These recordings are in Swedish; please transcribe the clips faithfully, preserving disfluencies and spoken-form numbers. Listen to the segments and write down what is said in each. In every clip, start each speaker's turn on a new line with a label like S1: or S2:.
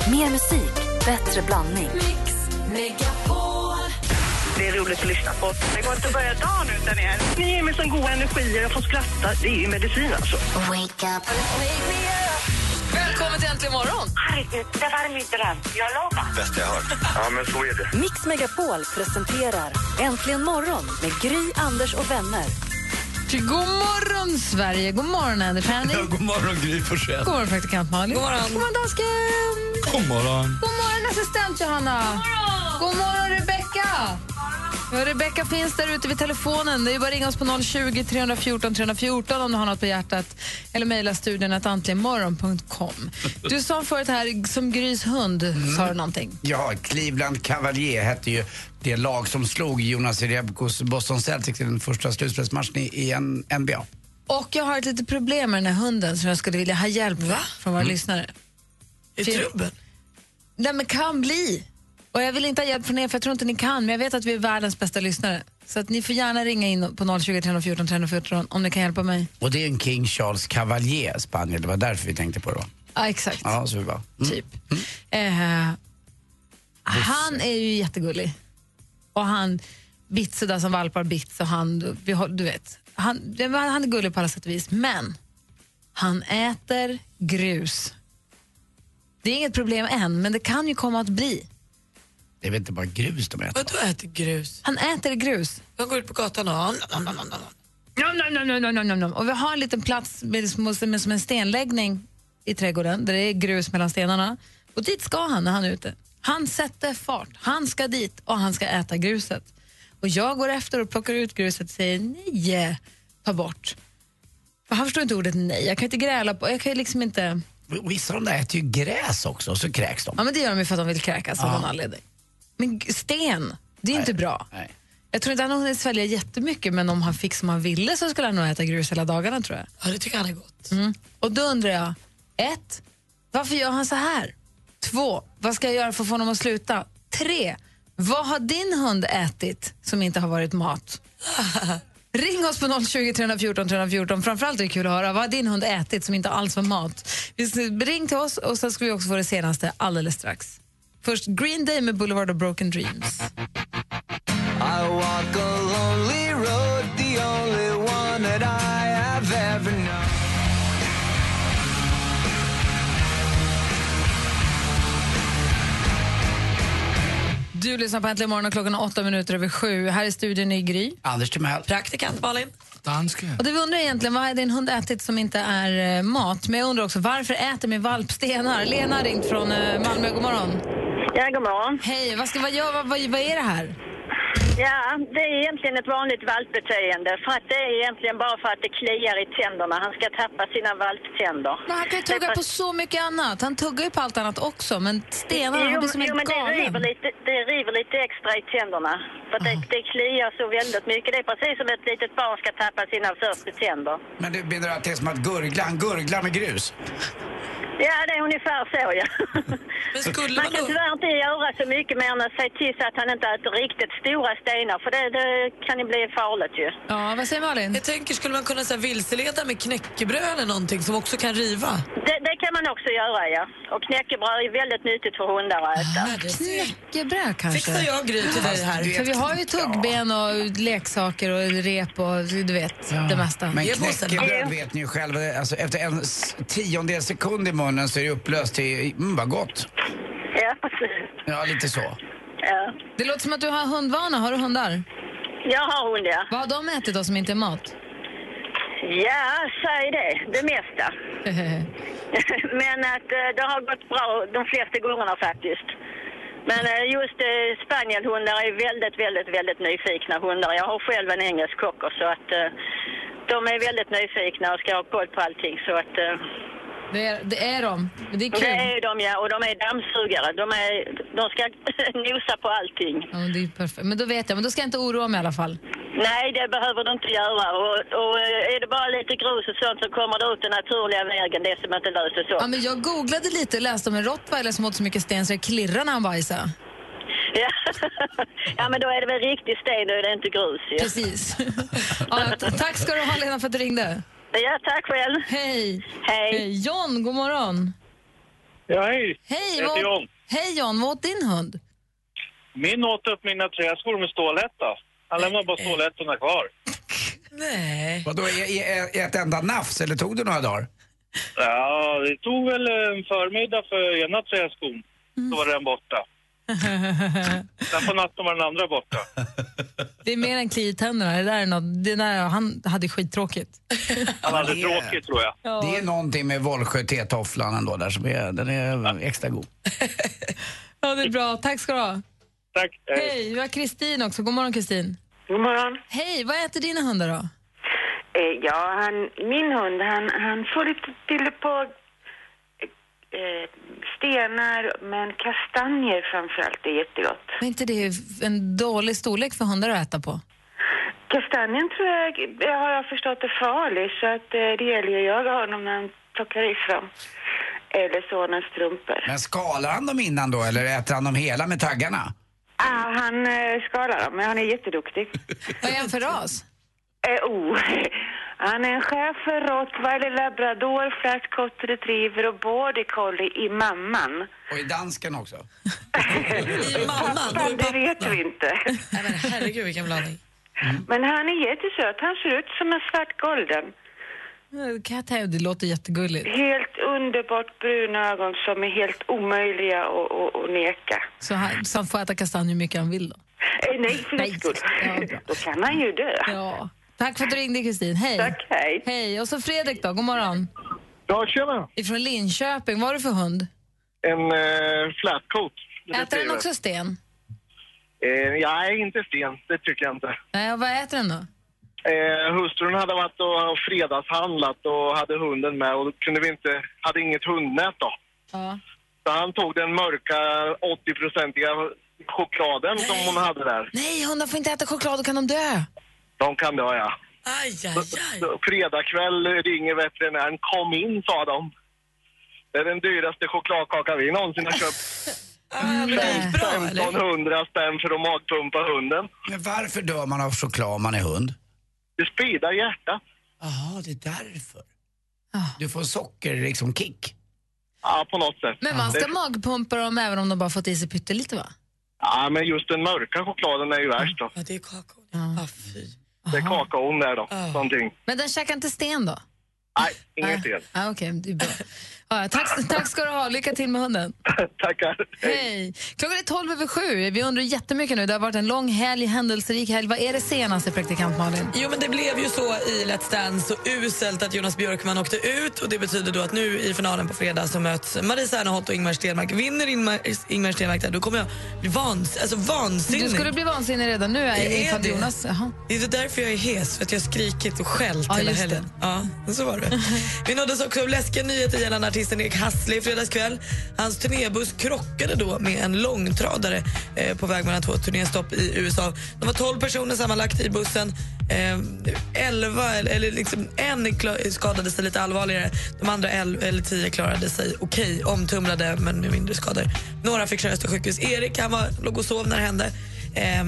S1: Mer musik, bättre blandning.
S2: Mix Megapol.
S3: Det är roligt att lyssna på. Det går inte att börja dagen utan er. Ni ger mig sån god energi och jag får skratta. Det är ju medicin alltså.
S1: Wake up.
S2: Välkommen till Äntligen morgon.
S3: Herregud, det var min dröm. Jag lovar.
S4: Bästa jag hört. Ja, men så är det.
S1: Mix Megapol presenterar Äntligen morgon med Gry, Anders och vänner.
S5: God morgon, Sverige. God morgon, Anders Henry.
S4: Ja, god morgon, Gry Forssell.
S5: God morgon, praktikant Malin.
S2: God morgon.
S5: God morgon, dansken.
S4: God morgon.
S5: God morgon, assistent Johanna. God morgon, God morgon Rebecka. Ja, Rebecka finns där ute vid telefonen. Det är bara att ringa oss på noll tjugo, tre fjorton, tre fjorton om du har något på hjärtat. Eller mejla studion at antligenmorgon punkt com. Du sa förut här, som Grys hund, mm. sa du någonting?
S6: Ja, Cleveland Cavalier hette ju det lag som slog Jonas Jerebkos Boston Celtics i den första slutspelsmatchen i, i en N B A.
S5: Och jag har ett litet problem med den här hunden som jag skulle vilja ha hjälp med från våra mm. lyssnare.
S2: I trubbel?
S5: Nej, men kan bli. Och jag vill inte ha hjälp från er för jag tror inte ni kan, men jag vet att vi är världens bästa lyssnare. Så att ni får gärna ringa in på noll tjugo, tre fjorton, tre fjorton om ni kan hjälpa mig.
S6: Och det är en King Charles Cavalier, Spanien. Det var därför vi tänkte på det.
S5: Ja, exakt.
S6: Ja, så vi bara. Mm.
S5: Typ. Mm. Eh, han är ju jättegullig. Och han bits där som valpar bits och han, vi har, du vet, han, han är gullig på alla sätt och vis. Men han äter grus. Det är inget problem än, men det kan ju komma att bli.
S6: Det är väl inte bara grus de äter?
S2: Vadå äter grus?
S5: Han äter grus.
S2: Han går ut på gatan och...
S5: Nom, nom, nom, nom, nom, nom. Och vi har en liten plats med, med, som en stenläggning i trädgården där det är grus mellan stenarna. Och dit ska han när han är ute. Han sätter fart. Han ska dit och han ska äta gruset. Och jag går efter och plockar ut gruset och säger nej, ta bort. För han förstår inte ordet nej. Jag kan inte gräla på, jag kan liksom inte...
S6: Vissa av de där äter ju gräs också och så kräks de.
S5: Ja, men det gör de ju för att de vill kräkas av någon anledning. Men sten, det är ju inte bra.
S6: Nej.
S5: Jag tror inte han hunnit svälja jättemycket, men om han fick som han ville så skulle han nog äta grus hela dagarna, tror jag.
S2: Ja, det tycker han är gott.
S5: Mm. Och då undrar jag, ett, varför gör han så här? Två, vad ska jag göra för att få honom att sluta? Tre, vad har din hund ätit som inte har varit mat? Ring oss på noll tjugo, tre fjorton, tre fjorton. Framförallt är det kul att höra, vad har din hund ätit som inte alls var mat? Ring till oss och så ska vi också få det senaste alldeles strax. Först Green Day med Boulevard of Broken Dreams.
S7: I walk a lonely road, the only one that I have ever known.
S5: Du lyssnar på Äntligen morgon och klockan är åtta minuter över sju. Här i studion i Gry.
S6: Anders Timell.
S2: Praktikant Malin.
S6: Danska.
S5: Och det vi undrar egentligen, vad har din hund ätit som inte är eh, mat? Men jag undrar också, varför äter min valp stenar? Lena har ringt från eh, Malmö, god morgon.
S3: Ja, god morgon.
S5: Hej, vad, ska, vad, gör, vad, vad, vad är det här?
S3: Ja, det är egentligen ett vanligt valpbeteende. För att det är egentligen bara för att det kliar i tänderna. Han ska tappa sina valptänder.
S5: Men han kan ju tugga på så mycket annat. Han tuggar ju på allt annat också, men stenar, han blir som
S3: jo,
S5: en
S3: men det
S5: galen.
S3: river, lite, det river lite extra i tänderna. För det, det kliar så väldigt mycket. Det är precis som ett litet barn ska tappa sina första tänder.
S6: Men du menar att det är som att gurgla, han gurglar med grus?
S3: Ja, det är ungefär så, ja.
S2: Men skulle
S3: man
S2: man
S3: kan
S2: då...
S3: tyvärr inte göra så mycket mer än att säga till så att han inte äter riktigt stora stenar. För det, det kan ju bli farligt ju.
S5: Ja, vad säger Malin?
S2: Jag tänker, skulle man kunna så här, vilseleda med knäckebröd eller någonting som också kan riva?
S3: Det, det kan man också göra, ja. Och knäckebröd är väldigt nyttigt för hundar att äta.
S5: Knäckebröd kanske?
S2: Fixar jag Gry till dig här?
S5: För vi har ju tuggben och leksaker och rep och du vet, ja. Det mesta.
S6: Men
S2: Ge bossen.
S6: knäckebröd vet ni ju själva, alltså, efter en tiondel sekund i munnen så är det upplöst till, mm, vad gott.
S3: Ja, precis.
S6: Ja, lite så.
S3: Ja.
S5: Det låter som att du har hundvana. Har du hundar?
S3: Jag har hund, ja.
S5: Vad har de ätit då som inte är mat?
S3: Ja, säg det. Det mesta. Men att uh, det har gått bra de flesta gångerna faktiskt. Men uh, just uh, spanielhundar är väldigt, väldigt, väldigt nyfikna hundar. Jag har själv en engelsk cocker så att uh, de är väldigt nyfikna och ska ha koll på allting så att... Uh,
S5: Det är, det är de, men det är kul.
S3: Det är de, ja, och de är dammsugare. De, är, de ska nosa på allting.
S5: Ja, det är perfekt. Men då vet jag, men då ska jag inte oroa mig i alla fall.
S3: Nej, det behöver du inte göra. Och, och är det bara lite grus och sånt så kommer det ut den naturliga vägen, det som inte löser så.
S5: Ja, men jag googlade lite och läste om en rottweiler som åt så mycket sten så det klirrar när han bajsar.
S3: Ja. Ja, men då är det väl riktigt sten, då är det inte grus. Ja.
S5: Precis. Ja, t- tack ska du ha, Lena, för att du ringde.
S3: Ja, tack själv.
S5: Hej.
S3: Hej.
S5: Hej. John, god morgon.
S8: Ja, hej.
S5: Hej,
S8: jag heter John.
S5: Hej John, vad åt din hund?
S8: Min åt upp mina träskor med stålätta. Han lämnade bara stålättorna kvar.
S2: Nej.
S6: Vadå, i, i, i ett enda nafs eller tog du några dagar?
S8: Ja, det tog väl en förmiddag för ena träskon. Mm. Då var den borta. Sen på natten var den andra borta.
S5: Det är mer än kli i tänderna. Det där är något, det där, han hade skittråkigt.
S8: Han hade det, tråkigt tror jag.
S6: Ja. Det är någonting med Vollsjö tetofflan ändå där som är, den är extra god.
S5: Ja, det är bra. Tack ska du ha.
S8: Tack.
S5: Hej, vi har Kristin också. God morgon Kristin.
S9: God morgon.
S5: Hej, vad äter dina hundar då?
S9: Eh, ja, han, min hund, han, han får lite till på eh, stenar, men kastanjer framförallt är jättegott.
S5: Men inte det en dålig storlek för hundar att äta på?
S9: Kastanjen tror jag, jag har jag förstått är farlig, så att eh, det gäller ju att jaga honom när han plockar ifrån. Eller såna strumpor.
S6: Men skalar han dem innan då, eller äter han dem hela med taggarna?
S9: Ja, ah, han eh, skalar dem, men han är jätteduktig.
S5: Vad är han för ras?
S9: Eh, oh. Han är en schäfer, rottweiler, labrador, flatcoat, retriever och border collie i mamman.
S6: Och i dansken också?
S2: I mamman?
S9: Pappan, det vet vi inte.
S2: Nej, men herregud, vilken blandning.
S9: Mm. Men han är jättesöt. Han ser ut som en svart golden.
S5: Cat hair, det låter jättegulligt.
S9: Helt underbart bruna ögon som är helt omöjliga att, att, att neka.
S5: Så han, så han får äta kastanjer hur mycket han vill då?
S9: Eh, nej, för nej. Skull. Ja, då kan han ju dö.
S5: Ja. Tack för att du ringde, Kristin. Hej.
S9: Tack, hej.
S5: Hej. Och så Fredrik då, god morgon.
S8: Ja, tjena.
S5: Ifrån Linköping, vad är det för hund?
S8: En eh, flatcoat.
S5: Äter den också sten?
S8: Eh, nej, inte sten. Det tycker jag inte.
S5: Nej, och vad äter den då?
S8: Eh, hustrun hade varit och fredagshandlat och hade hunden med och då kunde vi inte, hade inget hundnät då.
S5: Ja.
S8: Så han tog den mörka åttio-procentiga chokladen Nej. som hon hade där.
S5: Nej, hundar får inte äta choklad, då kan de dö.
S8: De kan dö, ja.
S2: Aj, aj, aj.
S8: Så, fredag kväll ringer veterinären, kom in, sa de. Det är den dyraste chokladkaka vi någonsin har köpt. femtonhundra spänn för att magpumpa hunden.
S6: Men varför dör man av choklad om man är hund?
S8: Det speedar hjärtat.
S6: Jaha, det är därför. Du får socker, liksom kick.
S8: Ja, på något sätt.
S5: Men man ska
S8: det...
S5: magpumpa dem även om de bara fått i sig pyttelite, va?
S8: Ja, men just den mörka chokladen är ju värst då.
S2: Ja, det är kakao.
S5: Ja.
S2: Ah, fy.
S8: Det är kakaon där då,
S2: Ah.
S8: någonting.
S5: Men den käkar inte sten då?
S8: Nej, inget sten.
S5: Ah, Okej, okay, det är bra. Ja, tack, tack ska du ha. Lycka till med hunden.
S8: Tackar.
S5: Hej. Klockan är tolv över sju. Vi undrar jättemycket nu. Det har varit en lång helg, händelserik helg. Vad är det senaste, praktikant Malin?
S2: Jo, men det blev ju så i Let's Dance så uselt att Jonas Björkman åkte ut och det betyder då att nu i finalen på fredag så möts Marie Serneholt och Ingmar Stenmark. Vinner Ingmar, Ingmar Stenmark där, då kommer jag bli vans, alltså vansinnig.
S5: Du skulle bli vansinnig redan nu är det. Jonas. Jaha.
S2: Det är där jag är hes, för att jag har skrikit och skällt
S5: ja,
S2: hela helgen. Ja, så var det. Vi nåddes också av läskiga nyheter gällande artisten Erik Hassle i fredagskväll. Hans turnébuss krockade då med en långtradare eh, på väg mellan två turnéstopp i U S A. De var tolv personer sammanlagt i bussen. Eh, elva, eller, eller liksom en skadade sig lite allvarligare. De andra elva eller tio klarade sig okej, okay, omtumlade men med mindre skador. Några fick köras till sjukhus. Erik, han var, låg och sov när det hände. Eh,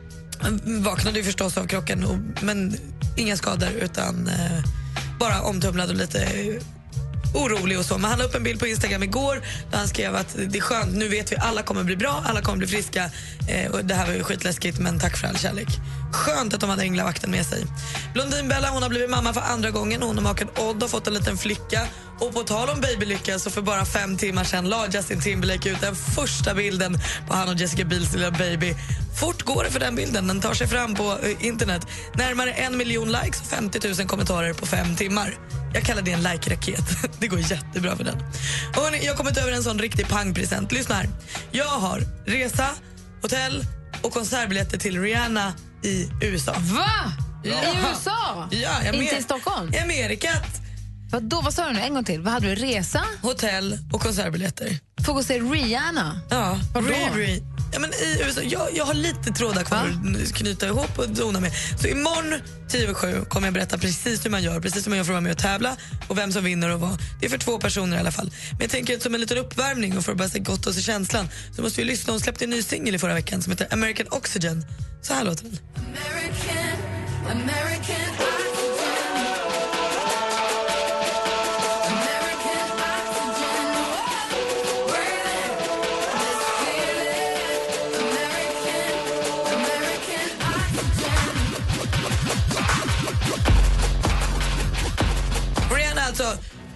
S2: han vaknade ju förstås av krocken, och, men inga skador utan eh, bara omtumlad och lite eh, orolig och så. Men han la upp en bild på Instagram igår där han skrev att det är skönt, nu vet vi alla kommer bli bra, alla kommer bli friska eh, och det här var ju skitläskigt, men tack för all kärlek. Skönt att de hade änglavakten med sig. Blondinbella, hon har blivit mamma för andra gången. Hon och maken Odd har fått en liten flicka. Och på tal om babylycka så för bara fem timmar sedan la Justin Timberlake ut den första bilden på han och Jessica Biels lilla baby. Fort går det för den bilden. Den tar sig fram på uh, internet. Närmare en miljon likes och femtio tusen kommentarer på fem timmar. Jag kallar det en like-raket. Det går jättebra för den. Och hörni, jag har kommit över en sån riktig pangpresent. Lyssna här. Jag har resa, hotell och konsertbiljetter till Rihanna i U S A.
S5: Va?
S2: Ja.
S5: I U S A?
S2: Ja, jag
S5: inte i Stockholm?
S2: I Amerikat.
S5: Vad, då, vad sa du nu? En gång till. Vad hade du? Resa?
S2: Hotell och konsertbiljetter.
S5: Får gå och se Rihanna?
S2: Ja.
S5: Var då?
S2: Riri. Ja, men i U S A, jag, jag har lite trådar kvar att knyta ihop och dona med. Så imorgon tio över sju kommer jag berätta precis hur man gör, precis hur man gör för att vara med och tävla och vem som vinner och vad. Det är för två personer i alla fall. Men jag tänker att som en liten uppvärmning och för att bara se gott och se känslan så måste vi lyssna. Hon släppte en ny singel i förra veckan som heter American Oxygen. Så här låter den.
S10: American, American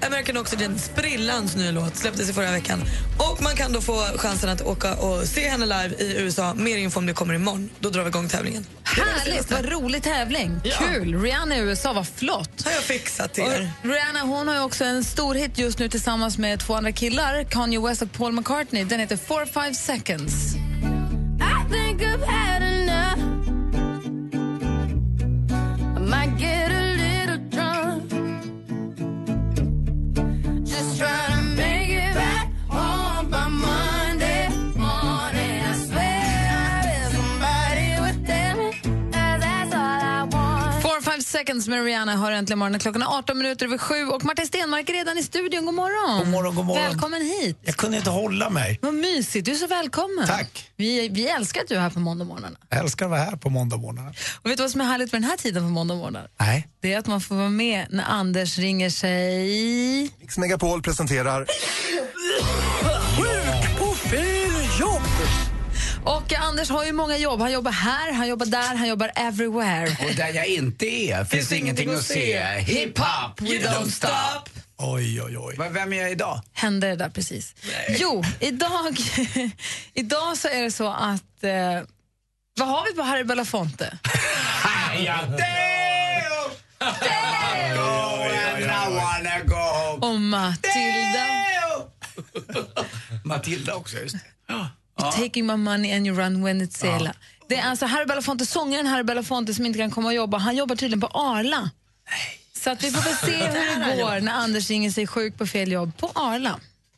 S2: American Oxygen, sprillans nya låt, släpptes i förra veckan. Och man kan då få chansen att åka och se henne live i U S A. Mer info om det kommer imorgon. Då drar vi igång tävlingen.
S5: Härligt, vad rolig tävling. Ja. Kul, Rihanna i U S A, var flott.
S2: Har jag fixat er.
S5: Och Rihanna, hon har ju också en stor hit just nu tillsammans med två andra killar, Kanye West och Paul McCartney. Den heter four five seconds.
S10: I think I've had enough. I might get a little drunk. Just try to make it back home by Monday morning. I swear I wish somebody would tell me that that's all I want.
S5: four five seconds med Rihanna har äntligen morgonen. Klockan är arton minuter över sju och Martin Stenmark är redan i studion. God morgon.
S11: God morgon, god morgon.
S5: Välkommen hit.
S11: Jag kunde inte hålla mig.
S5: Vad mysigt, du är så välkommen.
S11: Tack.
S5: Vi, vi älskar att du är här på måndagmorgnarna.
S11: Jag älskar att vara här på måndagmorgnarna.
S5: Och vet du vad som är härligt med den här tiden på måndagmorgnar?
S11: Nej.
S5: Det är att man får vara med när Anders ringer sig.
S12: Mix Megapol presenterar
S5: Sjuk på fel jobb. Och Anders har ju många jobb. Han jobbar här, han jobbar där, han jobbar everywhere.
S6: Och där jag inte är finns det ingenting att se. Hip-hop, we don't stop.
S11: Oj, oj, oj.
S6: Vem är jag idag?
S5: Hände det där precis? Nej. Jo, idag, idag så är det så att... Eh, vad har vi på Harry Belafonte?
S6: Ja, Deo! Deo! I wanna go.
S5: Och Matilda.
S6: Matilda också, just det.
S5: You're taking my money and you run when it's sela. Ja. Det är alltså Harry Belafonte, sångaren Harry Belafonte som inte kan komma och jobba. Han jobbar tydligen på Arla. Nej. Så att vi får väl se hur det går när Anders ringer sig sjuk på fel jobb på Arla.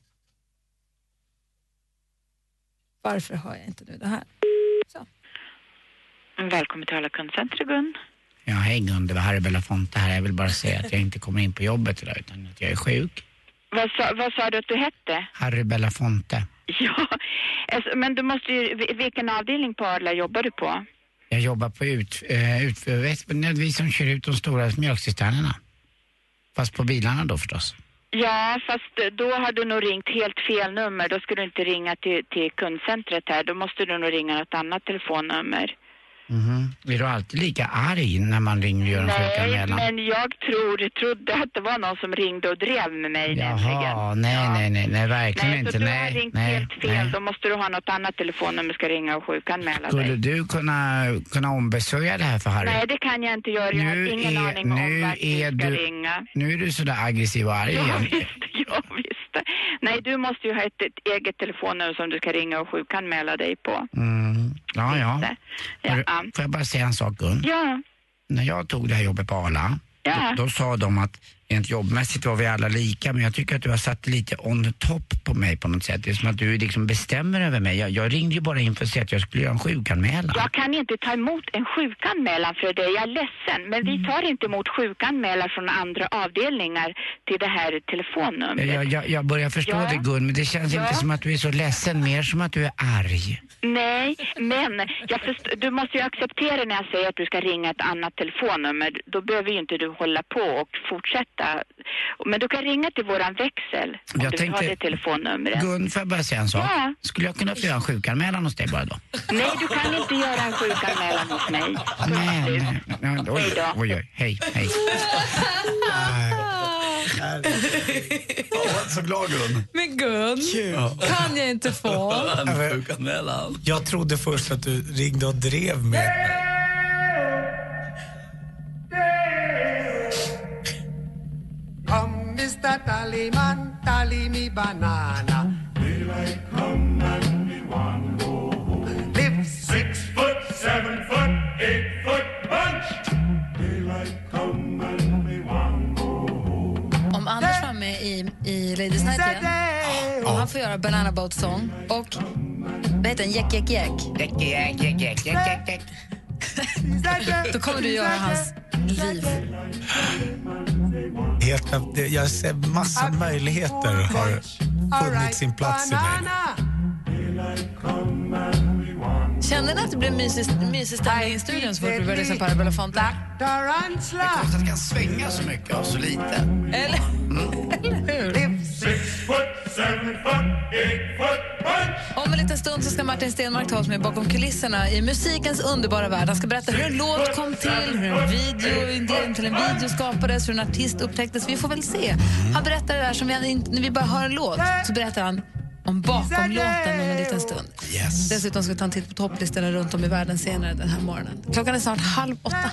S5: Varför har jag inte nu det här? Så.
S13: Välkommen till Arla kundcenter, Gun.
S6: Ja, hej Gun, det var Harry Belafonte här. Jag vill bara säga att jag inte kommer in på jobbet idag utan att jag är sjuk.
S13: Vad sa, vad sa du att du hette?
S6: Harry Belafonte.
S13: Ja, alltså, men du måste ju, vilken avdelning på Arla jobbar du på?
S6: Jag jobbar på ut, uh, ut, vet, vi som kör ut de stora mjölkcisternerna. Fast på bilarna då förstås.
S13: Ja, fast då har du nog ringt helt fel nummer. Då ska du inte ringa till, till kundcentret här. Då måste du nog ringa något annat telefonnummer.
S6: Mm-hmm. Är du alltid lika arg när man ringer och gör en sjukanmälan?
S13: Nej, men jag tror, trodde att det var någon som ringde och drev med mig.
S6: Jaha,
S13: nämligen.
S6: nej,
S13: ja.
S6: nej, nej, nej, verkligen
S13: nej,
S6: inte.
S13: Så du
S6: nej,
S13: har ringt
S6: nej,
S13: helt fel. Nej. Då måste du ha något annat telefonnummer ska ringa och sjukanmäla
S6: Skulle
S13: dig.
S6: du kunna, kunna ombesörja det här för Harry?
S13: Nej, det kan jag inte göra. Jag
S6: nu
S13: har ingen
S6: är,
S13: aning om vart du ska
S6: du,
S13: ringa.
S6: Nu är du sådär aggressiv och arg
S13: ja,
S6: igen.
S13: Visst, ja, visst. Nej, du måste ju ha ett, ett eget telefonnummer som du ska ringa och sjukanmäla dig på.
S6: Mm. Ja, ja.
S13: ja.
S6: ja. Får jag bara säga en sak, Gun?
S13: Ja.
S6: När jag tog det här jobbet på Arla,
S13: ja.
S6: då, då sa de att rent jobbmässigt var vi alla lika, men jag tycker att du har satt lite on top på mig på något sätt. Det är som att du liksom bestämmer över mig. Jag, jag ringde ju bara in för att säga att jag skulle göra en sjukanmälan.
S13: Jag kan inte ta emot en sjukanmälan för dig. Jag är ledsen, men vi tar inte emot sjukanmälan från andra avdelningar till det här telefonnumret.
S6: Jag, jag, jag börjar förstå ja. det, Gun, men det känns ja. inte som att du är så ledsen, mer som att du är arg.
S13: Nej, men jag först- du måste ju acceptera när jag säger att du ska ringa ett annat telefonnummer. Då behöver ju inte du hålla på och fortsätta. Men du kan ringa till våran växel om
S6: jag
S13: du
S6: tänkte,
S13: har det telefonnumret.
S6: Gun, får jag bara säga en sak?
S13: Ja.
S6: Skulle jag kunna få göra en sjukanmälan hos dig bara då?
S13: Nej, du kan inte göra en sjukanmälan hos mig.
S6: Nej, nej, nej. Oj,
S13: hej då.
S6: Oj, oj, hej, hej.
S11: Jag var så glad, Gun.
S5: Men Gun, kan jag inte få?
S11: Jag trodde först att du ringde och drev med mig.
S14: Come, mister Tallyman, tally me banana. Daylight come and me want go home. Live six foot, seven foot, eight foot bunch. Daylight come and me want go home.
S5: Om Anders var med i, i Ladies Night igen, och han får göra Banana Boat Song och vad heter den? Jack, jack, jack.
S6: Jack, jack, jack, jack, jack, jack.
S5: Då kommer du göra hans liv.
S11: Helt, jag ser massa möjligheter har funnit sin plats i mig.
S5: Kände ni att det blev mysig, mysig stämning i studion så fort vi började lyssna på Harry Belafonte?
S6: Det är konstigt att det kan svänga så mycket och så lite.
S5: Eller,
S6: mm.
S5: Eller hur?
S14: seven foot, eight foot punch.
S5: Om en liten stund så ska Martin Stenmark ta oss med bakom kulisserna i musikens underbara värld. Han ska berätta hur en låt kom till, hur en video, idén till en video skapades, hur en artist upptäcktes. Vi får väl se. Han berättar det där som vi, när vi bara hör en låt, så berättar han om bakom låten om en liten stund.
S11: Yes.
S5: Dessutom ska vi ta en titt på topplistorna runt om i världen senare den här morgonen. Klockan är snart halv åtta.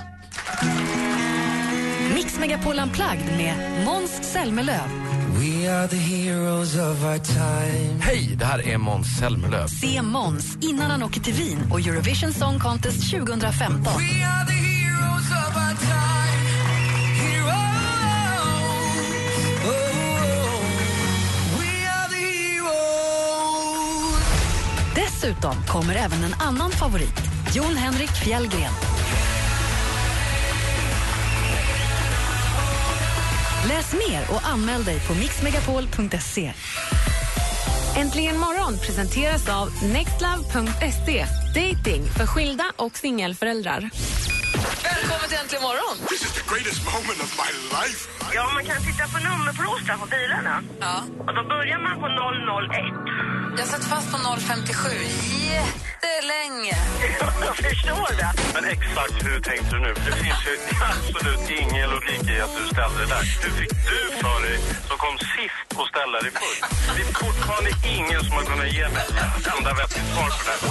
S1: Mix Megapol Unplugged med Måns Zelmerlöw.
S7: We are the heroes of our time.
S4: Hej, det här är Måns Zelmerlöw.
S1: Se Måns innan han åker till Wien och Eurovision Song Contest tjugo femton.
S7: We are the heroes of our time. Heroes. Oh, we are the heroes.
S1: Dessutom kommer även en annan favorit, Jon Henrik Fjällgren. Läs mer och anmäl dig på mixmegapol punkt se.
S15: Äntligen morgon presenteras av nextlove punkt se. Dating för skilda och singelföräldrar.
S5: Välkommen till Äntligen morgon.
S14: This is the greatest moment of my life.
S3: Ja, man kan titta på nummerplåtar på bilarna.
S5: Ja.
S3: Och då börjar man på noll noll ett.
S5: Jag satt fast på noll femtiosju jättelänge.
S3: Jag förstår det.
S4: Men exakt hur tänkte du nu? Det finns ju absolut ingen logik i att du ställde det där. Hur fick du för dig som kom sist och ställa dig först? Det är fortfarande ingen som har kunnat ge mig ett enda vettigt svar på det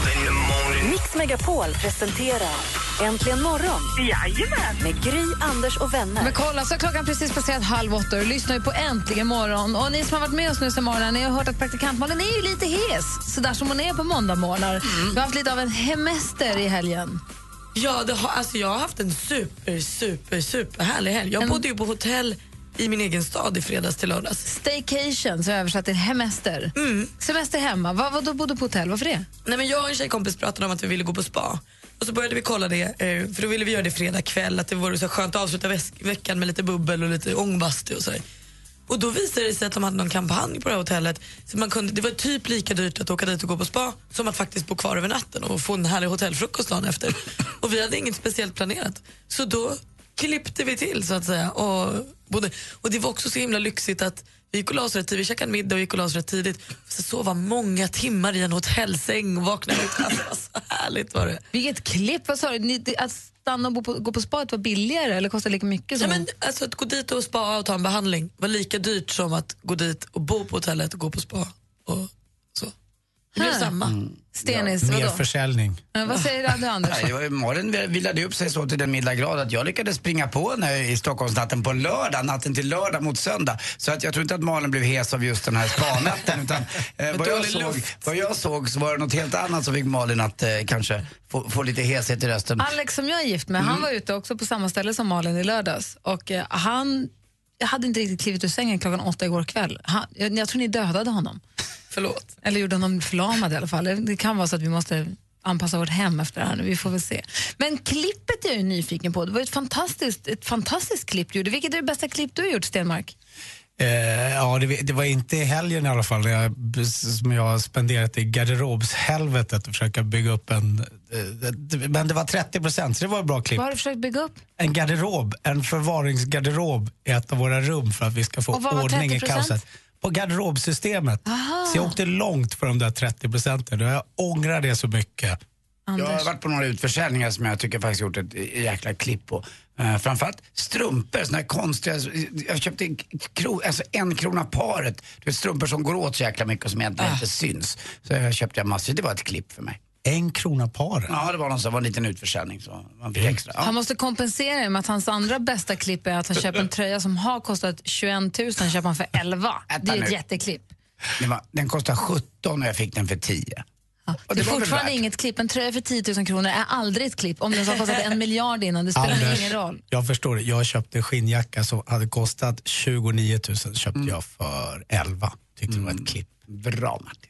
S4: här.
S1: Mix Megapol presenterar Äntligen morgon.
S3: Jajamän.
S1: Med Gry, Anders och vänner.
S5: Men kolla, så klockan precis passerat halv åtta och lyssnar ju på Äntligen morgon. Och ni som har varit med oss nu sen morgonen, ni har hört att praktikantmålen är ju lite hes. Så där som hon är på måndagmorgnar. Mm. Vi har haft lite av en hemester i helgen.
S2: Ja, det har, alltså jag har haft en super, super, super härlig helg. Jag
S5: En-
S2: bodde ju på hotell i min egen stad i fredags till lördags.
S5: Staycation, så översatt till hemester.
S2: Mm.
S5: Semester hemma. Vad, vad då bodde på hotell? Varför det?
S2: Nej, men jag och en tjejkompis pratade om att vi ville gå på spa. Och så började vi kolla det, eh, för då ville vi göra det fredag kväll. Att det vore så skönt att avsluta väs- veckan med lite bubbel och lite ångbastu och så. Och då visade det sig att de hade någon kampanj på det här hotellet. Så man kunde, det var typ lika dyrt att åka dit och gå på spa som att faktiskt bo kvar över natten och få en härlig hotellfrukost dagen efter. Och vi hade inget speciellt planerat. Så då klippte vi till så att säga. Och, både, och det var också så himla lyxigt att vi gick och la oss rätt tidigt. Vi käkade middag och gick och la oss rätt tidigt. Så sova många timmar i en hotellsäng och vakna ut. Alltså, det var så härligt var det.
S5: Vilket klipp, vad sa du? Ni, det- att stanna och bo på, gå på spa var billigare eller kostar lika mycket?
S2: Ja,
S5: Som
S2: men, alltså, att gå dit och spa och ta en behandling var lika dyrt som att gå dit och bo på hotellet och gå på spa. Och så. Det blev
S5: Här.
S2: samma.
S5: Stenis,
S11: Mer
S5: vadå?
S11: försäljning.
S5: Ja, vad säger du, Anders?
S6: Nej, det var ju- Malin vilade upp sig så till den milda grad att jag lyckades springa på henne i Stockholmsnatten på lördag, natten till lördag mot söndag. Så att jag tror inte att Malin blev hes av just den här spa-natten utan eh, vad, jag
S2: dålig
S6: såg,
S2: luft.
S6: vad jag såg så var det något helt annat som fick Malin att eh, kanske få, få lite heshet i rösten.
S5: Alex som jag är gift med, han var ute också på samma ställe som Malin i lördags. Och eh, han jag hade inte riktigt klivit ur sängen klockan åtta igår kväll. Han, jag, jag tror ni dödade honom.
S2: Förlåt.
S5: Eller gjorde honom förlamad i alla fall. Det kan vara så att vi måste anpassa vårt hem efter det här nu. Vi får väl se. Men klippet är jag ju nyfiken på. Det var ett fantastiskt, ett fantastiskt klipp du gjorde. Vilket är det bästa klipp du har gjort, Stenmark?
S11: Eh, ja, det, det var inte i helgen i alla fall. Jag, som jag har spenderat i garderobshelvetet och försöka bygga upp en... Eh, det, men det var trettio procent, så det var ett bra klipp.
S5: Vad har du försökt bygga upp?
S11: En garderob, en förvaringsgarderob i ett av våra rum för att vi ska få
S5: Och vad var
S11: ordning i
S5: trettio procent?
S11: kaoset. På garderobsystemet.
S5: Aha.
S11: Så jag åkte långt för de där trettio procenten och jag ångrar det så mycket.
S6: Jag har varit på några utförsäljningar som jag tycker faktiskt gjort ett jäkla klipp på. Uh, framförallt strumpor, såna här konstiga. Jag köpte en, kro, alltså en krona paret. Du vet, strumpor som går åt så jäkla mycket och som egentligen
S11: Äh.
S6: inte syns. Så jag köpte jag massor. Det var ett klipp för mig.
S11: En krona paret?
S6: Ja, det var någon, så var en liten utförsäljning så man fick extra. Ja.
S5: Han måste kompensera med att hans andra bästa klipp är att han köper en tröja som har kostat tjugoett tusen, köper han för elva. Det är ett
S6: nu.
S5: jätteklipp.
S6: Det var, den kostade sjutton och jag fick den för tio.
S5: Ja,
S6: Och
S5: det är
S6: det var väl
S5: fortfarande
S6: värt.
S5: inget klipp. En tröja för tio tusen kronor är aldrig ett klipp. Om den har kostat en miljard innan, det spelar
S11: Anders,
S5: ingen roll.
S11: Jag förstår det. Jag köpte skinnjacka som hade kostat tjugonio tusen. Köpte jag för elva. Tyckte det var ett klipp.
S6: Bra, Martin.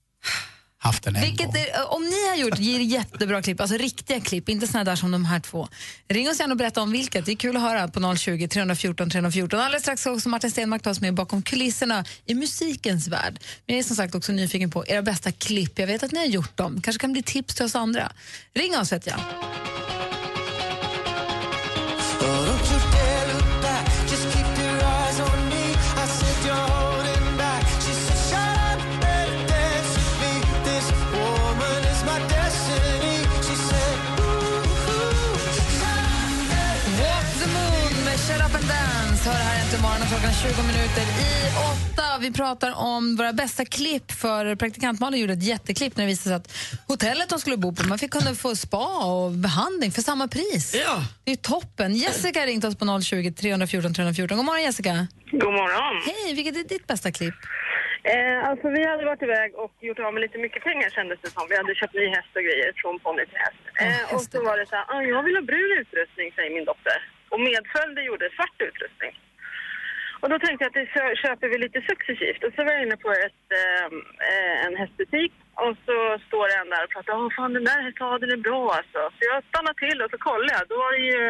S11: Haft den en
S5: Vilket
S11: gång.
S5: är, om ni har gjort ger jättebra klipp, alltså riktiga klipp, inte såna där som de här två. Ring oss gärna och berätta om vilket. Det är kul att höra på noll tjugo, tre fjorton, tre fjorton. Alldeles strax också Martin Stenmark tas med bakom kulisserna i musikens värld. Men jag är som sagt också nyfiken på era bästa klipp. Jag vet att ni har gjort dem. Kanske kan bli tips till oss andra. Ring oss vet jag.
S7: Just keep your eyes on me. I said you're holding back. She said
S5: klockan tjugo minuter i åtta. Vi pratar om våra bästa klipp, för praktikant Malin gjorde ett jätteklipp när det visade sig att hotellet de skulle bo på, man fick kunna få spa och behandling för samma pris.
S2: Ja.
S5: Det är ju toppen. Jessica har ringt oss på noll tjugo, tre fjorton, tre fjorton. God morgon, Jessica.
S16: God morgon.
S5: Hej, vilket är ditt bästa klipp?
S16: Eh, alltså vi hade varit iväg och gjort av med lite mycket pengar, kändes det som. Vi hade köpt ny häst och grejer från ponny till häst. Eh, och så var det så här, ah, jag vill ha brun utrustning, säger min dotter. Och medföljde gjorde svart utrustning. Och då tänkte jag att det kö- köper vi lite successivt. Och så var jag inne på ett, eh, en hästbutik. Och så står det en där och pratar, åh fan den där sadeln är bra alltså. Så jag stannar till och så kollar jag. Då var det ju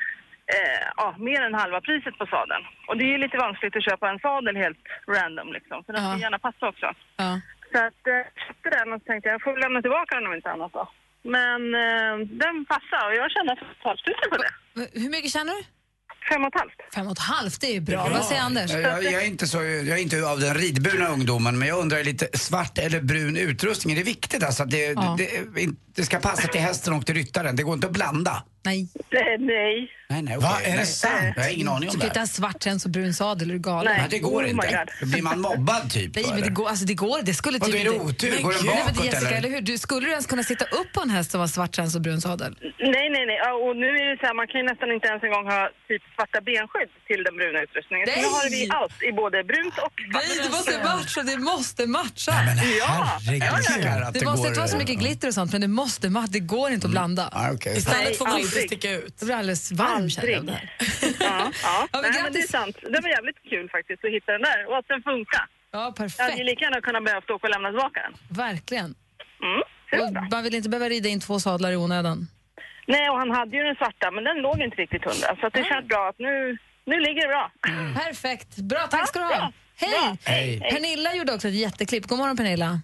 S16: eh, ja, mer än halva priset på sadeln. Och det är ju lite vanskligt att köpa en sadel helt random liksom. Så den ska gärna passa också.
S5: Ja.
S16: Så att jag eh, köpte den och så tänkte jag, jag får lämna tillbaka den om inte annat då. Men eh, den passar och jag känner totalt tusen på det.
S5: Hur mycket känner du?
S16: Fem och ett halvt.
S5: Fem och ett halvt, det är ju bra. Vad säger Anders?
S6: Jag, jag, är inte så, jag är inte av den ridburna ungdomen, men jag undrar lite, svart eller brun utrustning, är det viktigt alltså? Det,
S5: Ja.
S6: det, det, det ska passa till hästen och till ryttaren, det går inte att blanda.
S5: Nej.
S16: Nej. Nej.
S6: Nej, nej,
S11: Va,
S6: okej.
S11: är det
S6: Nej.
S11: sant?
S6: Jag har ingen aning
S5: Du
S6: om
S5: kan
S6: det.
S5: inte ha svart träns och brun sadel, är du galen?
S6: Nej, det går
S16: Oh my
S6: inte.
S16: God.
S6: Då blir man mobbad typ.
S5: Nej,
S6: då,
S5: men det
S6: eller?
S5: går, alltså det går, det skulle
S6: Vadå,
S5: typ
S6: är det
S5: inte-
S6: otur?
S5: Men
S6: Går den
S5: gud, nej, men
S6: bakåt,
S5: Jessica,
S6: eller?
S5: eller hur? Du, skulle du ens kunna sitta upp på en häst som var svart träns och brun sadel?
S16: Nej, nej, nej. Ja, och nu är det så här, man kan ju nästan inte ens en gång ha typ svarta benskydd till den bruna utrustningen. Så
S5: Nej!
S16: nu har vi allt i både brunt och svart.
S5: Nej, det måste matcha, det måste matcha.
S11: Men
S16: Ja.
S11: herregud.
S6: Att
S5: Det
S6: det
S5: måste
S6: går-
S5: inte vara så mycket glitter och sånt, men det måste matcha, det går inte att blanda.
S6: Ah, okej.
S2: Istället får man
S16: Nej,
S2: inte
S16: aldrig.
S2: sticka ut.
S5: Jag blir alldeles varm känner jag
S16: Aldrig.
S5: där.
S16: Ja, ja.
S5: Ja, men
S16: Nej, men det är
S5: grattis.
S16: sant. Det var jävligt kul faktiskt att hitta den där och att den funkar.
S5: Ja,
S16: Jag hade ju
S5: perfekt.
S16: lika gärna kunnat behövt åka och lämna tillbaka den.
S5: Verkligen.
S16: Mm, så det var bra.
S5: Och man vill inte behöva rida in två sadlar i onödan.
S16: Nej, och han hade ju den svarta, men den låg inte riktigt hundra. Så att det känns bra att nu, nu ligger det bra.
S5: Perfekt. Bra, tack ska du
S16: Ja,
S5: ha.
S16: bra.
S5: Hej.
S16: Bra.
S6: Hej.
S5: Pernilla gjorde också ett jätteklipp. God morgon Pernilla.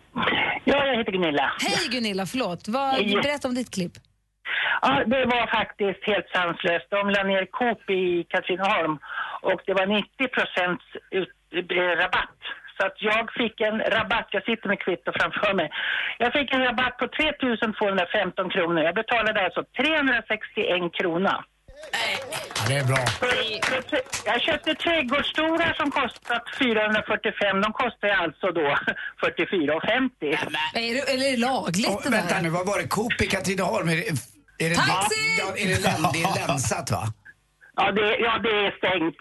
S17: Ja, jag heter Gunilla.
S5: Hej Gunilla, förlåt. Vad,
S17: Hej.
S5: berätta om ditt klipp.
S17: Ja, det var faktiskt helt sanslöst. De la ner Coop i Katrineholm och det var nittio procent ut, eh, rabatt. Så att jag fick en rabatt, jag sitter med kvitto framför mig. Jag fick en rabatt på tre tusen tvåhundrafemton kronor. Jag betalade alltså trehundrasextioen kronor.
S11: Ja, det är bra.
S17: Jag köpte trädgårdsstolar som kostat fyrahundrafyrtiofem. De kostar alltså då fyrtiofyra femtio.
S5: Är det, eller är det lagligt
S6: Oh,
S5: det
S6: vänta
S5: där?
S6: nu, vad var det? Coop i Katrineholm? Är det, är det,
S5: Taxi!
S6: Ja, är det, län, det är länsat va?
S17: Ja det, ja, det är stängt.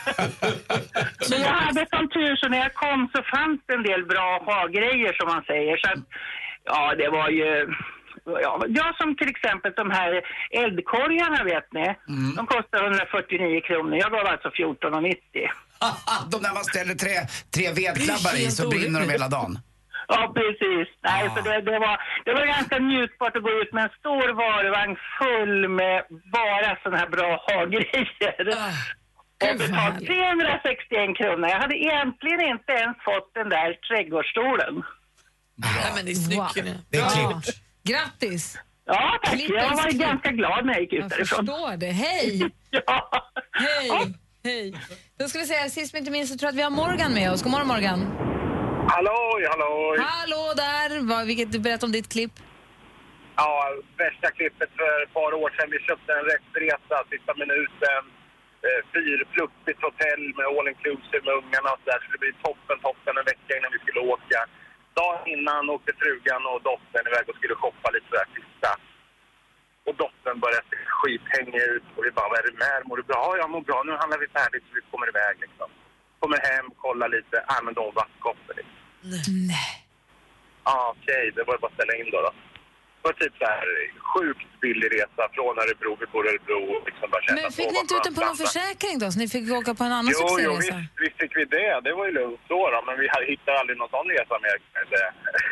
S17: Men jag hade som tur så när jag kom så fanns det en del bra ha-grejer som man säger. Så att, ja, det var ju... Ja, jag som till exempel de här eldkorgarna vet ni,
S6: Mm.
S17: de kostar hundrafyrtionio kronor. Jag gav alltså fjorton nittio.
S6: De där man ställer tre, tre vedklabbar i så brinner de hela dagen.
S17: Ja, precis. Nej, så det, det, var, det var ganska njutbart att gå ut med en stor varuvagn full med bara såna här bra ha-grejer. Och betalt trehundrasextioen kronor. Jag hade egentligen inte ens fått den där trädgårdsstolen.
S2: Nej, men det är snyggt.
S5: Wow.
S6: Det är
S5: Bra.
S6: klippt.
S5: Grattis!
S17: Ja, tack.
S5: Klippen
S17: Jag var
S5: klipp.
S17: ganska glad när jag gick ut
S5: Jag
S17: därifrån.
S5: förstår det. Hej!
S17: Ja.
S5: Hej! Hej! Då ska vi säga, sist men inte minst så tror jag att vi har Morgan med oss. God morgon Morgan.
S8: Halloj, halloj.
S5: Hallå där! Vad, vilket, berätta om ditt klipp.
S8: Ja, värsta klippet för ett par år sedan. Vi köpte en rättresa sista minuten. Eh, fyrfluttigt hotell med all inclusive med ungarna och så där. Så det blir toppen, toppen en vecka innan vi skulle åka. Dagen innan åkte frugan och dottern iväg och skulle shoppa lite sådär sista. Och dottern började se skithängig ut och vi bara, vad är det med? Mår du bra? Ja, jag mår bra. Nu handlar vi färdigt så vi kommer iväg liksom. Kommer hem, kollar lite. Ah, men de vattkoppar liksom.
S5: Nej.
S8: Ja, okej. Det var bara att ställa in då då. Det var typ så här sjukt billig resa från Örebro. Vi bor i Örebro och liksom bara känna
S5: Men fick ni inte ut den på någon försäkring då? Så ni fick åka på en annan
S8: Jo, jo,
S5: succéresa?
S8: visst, visst fick vi det. Det var ju lugnt så då. Men vi hittade aldrig någon sån resa med. Det.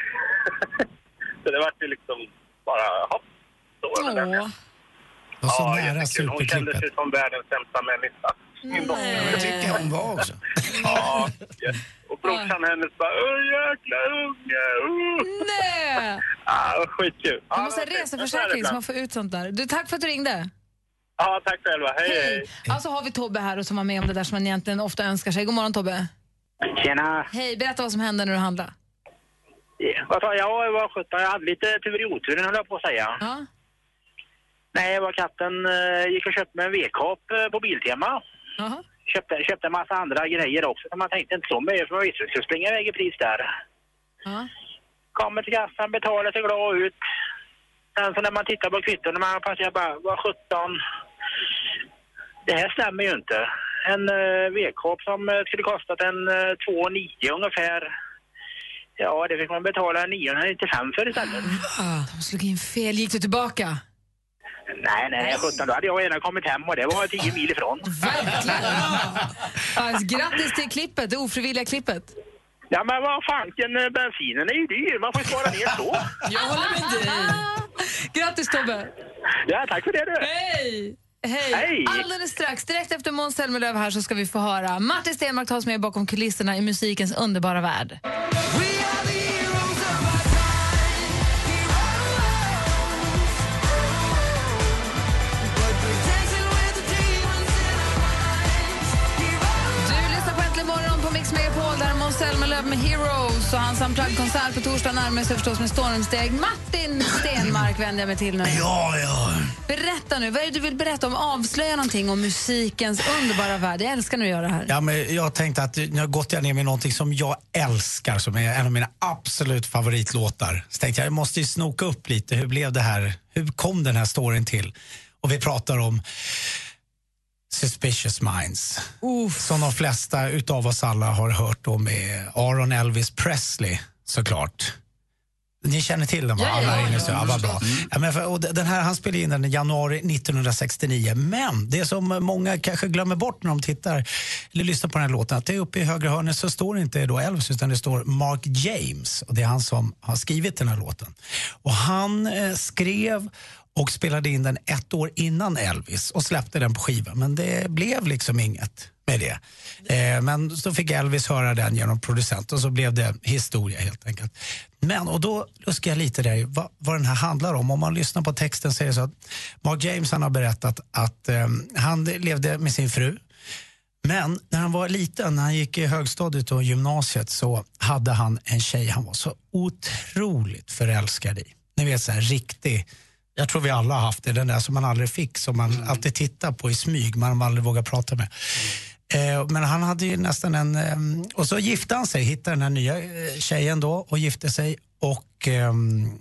S8: Så det var ju liksom bara, hopp. Så var det.
S5: Åh.
S11: Och så
S8: Ja,
S11: nära
S8: jättekul. Hon kände sig
S11: superklippet.
S8: som världens sämsta människa. Min dotter.
S6: Det tycker jag hon var också.
S8: Ja, yes. Och brorsan hennes bara, åh jäkla unge. Uh.
S5: Nej!
S8: Ja, skitkul.
S5: Du
S8: Ja,
S5: måste ha
S8: det var fint.
S5: reseförsäkring så man får ut sånt där. Du, tack för att du ringde.
S8: Ja, tack själva. Hej, hej.
S5: Alltså har vi Tobbe här och som var med om det där som man egentligen ofta önskar sig. God morgon Tobbe.
S18: Tjena.
S5: Hej, berätta vad som hände när du handlade.
S18: Ja, vad fan, jag var sjutton. Jag hade lite tur i oturen, höll jag på att säga.
S5: Ja.
S18: Nej, jag var katten. eh, gick och köpte mig en V-kap eh, på Biltema.
S5: Jaha.
S18: köpte, köpte en massa andra grejer också. Så man tänkte inte så mycket, för man visste att det skulle springa iväg i pris där.
S5: Ja.
S18: Kommer till kassan, betalar sig glad ut. Sen så när man tittar på kvitton, när man passerar bara, vad sjutton. Det här stämmer ju inte. En uh, V-kåp som uh, skulle kostat en uh, två nio ungefär. Ja, det fick man betala niohundranittiofem för istället.
S5: Ah, de slog in fel. Gick du tillbaka?
S18: Nej, nej, sjutton, då hade jag redan kommit hem och det var tio mil ifrån.
S5: Verkligen! Ja, grattis till klippet, det ofrivilliga klippet.
S18: Ja, men vad fanken, bensinen är ju dyr. Man får spara ner så.
S5: Jag håller med dig. Grattis, Tobbe.
S18: Ja, tack för det du.
S5: Hej! Hej.
S18: Hej!
S5: Alldeles strax, direkt efter Måns Zelmerlöw här, så ska vi få höra Martin Stenmarck ta oss med bakom kulisserna i musikens underbara värld. Mix Megapol, där Måns Zelmerlöw med Heroes och hans unplugged-konsert på torsdag närmare sig förstås med stormsteg. Martin Stenmarck vänder jag mig till nu.
S6: Ja, ja.
S5: Berätta nu, vad är det du vill berätta om? Avslöja någonting om musikens underbara värld. Jag älskar när du gör det här.
S11: Ja, men jag tänkte att nu har gått jag ner med någonting som jag älskar, som är en av mina absolut favoritlåtar. Så tänkte jag, jag måste ju snoka upp lite, hur blev det här? Hur kom den här storyn till? Och vi pratar om Suspicious Minds. Uff. Som de flesta utav oss alla har hört om med Aaron Elvis Presley, såklart. Ni känner till den, va?
S5: Ja,
S11: alla
S5: ja,
S11: inne, så,
S5: ja,
S11: ja, vad bra. Ja, men för, och den här, han spelade in den i januari nittonhundrasextionio. Men det som många kanske glömmer bort när de tittar eller lyssnar på den här låten, att det är uppe i högra hörnet så står det inte då Elvis, utan det står Mark James. Och det är han som har skrivit den här låten. Och han eh, skrev och spelade in den ett år innan Elvis och släppte den på skiva. Men det blev liksom inget med det. Eh, men så fick Elvis höra den genom producent och så blev det historia helt enkelt. Men, och då luskar jag lite där vad, vad den här handlar om. Om man lyssnar på texten så är det så att Mark James, han har berättat att eh, han levde med sin fru. Men när han var liten, när han gick i högstadiet och gymnasiet, så hade han en tjej han var så otroligt förälskad i. Ni vet, så här riktig... Jag tror vi alla har haft det, den där som man aldrig fick, som man mm. alltid tittar på i smyg, man aldrig vågar prata med. Eh, men han hade ju nästan en... Eh, och så gifte han sig, hittade den här nya eh, tjejen då och gifte sig. Och eh,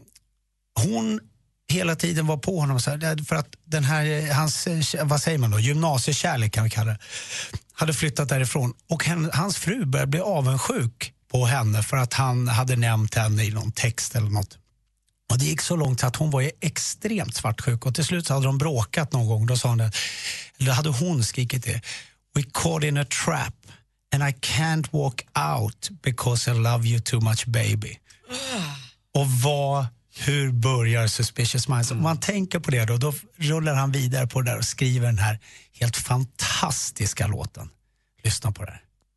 S11: hon hela tiden var på honom så här, för att den här, hans, vad säger man då, gymnasiekärlek kan vi kalla det, hade flyttat därifrån. Och hen, hans fru började bli avundsjuk på henne för att han hade nämnt henne i någon text eller något. Och det gick så långt att hon var ju extremt svartsjuk. Och till slut så hade de bråkat någon gång. Då sa hon det, eller hade hon skrikit det. We caught in a trap and I can't walk out because I love you too much baby. Och vad, hur börjar Suspicious Minds? Om man tänker på det då, då rullar han vidare på det där och skriver den här helt fantastiska låten. Lyssna på det här.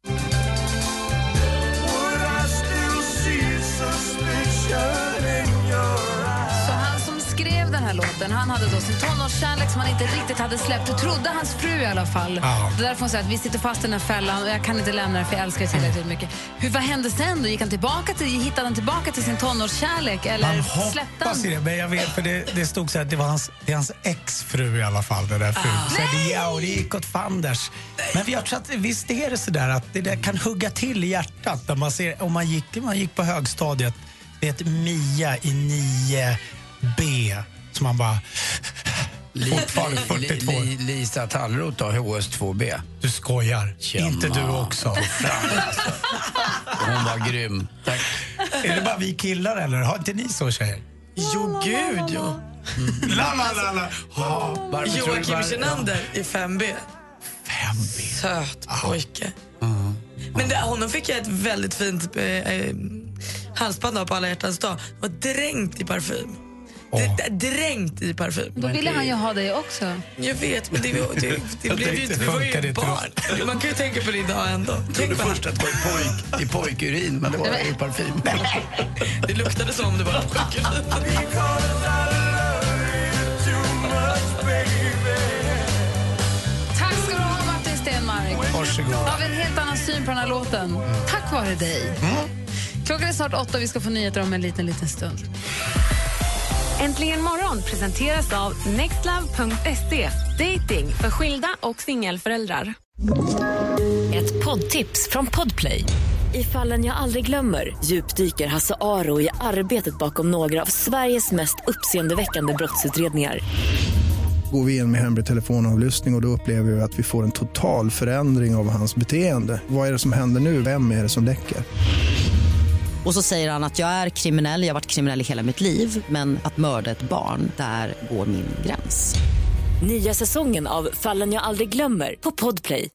S5: Den här låten. Han hade då sin tonårskärlek som han inte riktigt hade släppt. Det trodde hans fru i alla fall. Ja. Det är därför hon säger att vi sitter fast i den här fällan och jag kan inte lämna det för jag älskar det tillräckligt mycket. Hur, vad hände sen då? Gick han tillbaka till, hittade han tillbaka till sin tonårskärlek? Eller
S11: man
S5: släppte han?
S11: Det, men jag vet, för det, det stod så att det var hans, det är hans exfru i alla fall, det där fru. Ah. Så det, ja, och det gick åt fanders. Men jag tror att visst är det så där att det där kan hugga till i hjärtat när man ser, om man gick, man gick på högstadiet, vet Mia i nio B. Så man bara... Fortfarande fyrtiotvå.
S6: Li, li, Lisa Tallroth då, H S två B.
S11: Du skojar. Tjena. Inte du också.
S6: Hon var grym. Tack.
S11: Är det bara vi killar eller? Har inte ni så tjejer?
S2: Jo, gud, jo.
S11: Mm. La, la, la, la.
S2: Ha. Joakim Kinander i fem B.
S11: fem B.
S2: Söt pojke. Uh-huh. Men det, honom fick jag ett väldigt fint eh, halsband av på alla hjärtans dag. Var dränkt i parfym. Oh. Det, dränkt i parfym.
S5: Då ville han ju ha det också.
S2: Jag vet, men det, det, det, det blev ju inte, vi var ju barn. Man kan ju tänka på det idag ändå.
S6: Jag trodde först att det var i, pojk, i pojkurin, men det var i parfym.
S2: Det luktade som om det var pojkurin.
S5: Tack ska du ha, Martin Stenmarck.
S11: Varsågod.
S5: Har vi en helt annan syn på den här låten. Tack vare dig. Mm. Klockan är snart åtta och vi ska få nyheter om en liten, liten stund.
S15: Äntligen morgon presenteras av nextlove punkt se. Dating för skilda och singelföräldrar.
S1: Ett poddtips från Podplay. I Fallen jag aldrig glömmer djupdyker Hasse Aro i arbetet bakom några av Sveriges mest uppseendeväckande brottsutredningar.
S19: Går vi in med hemlig telefonavlyssning och, och då upplever vi att vi får en total förändring av hans beteende. Vad är det som händer nu? Vem är det som läcker?
S20: Och så säger han att jag är kriminell, jag har varit kriminell i hela mitt liv, men att mörda ett barn, där går min gräns.
S1: Nya säsongen av Fallen jag aldrig glömmer på Podplay.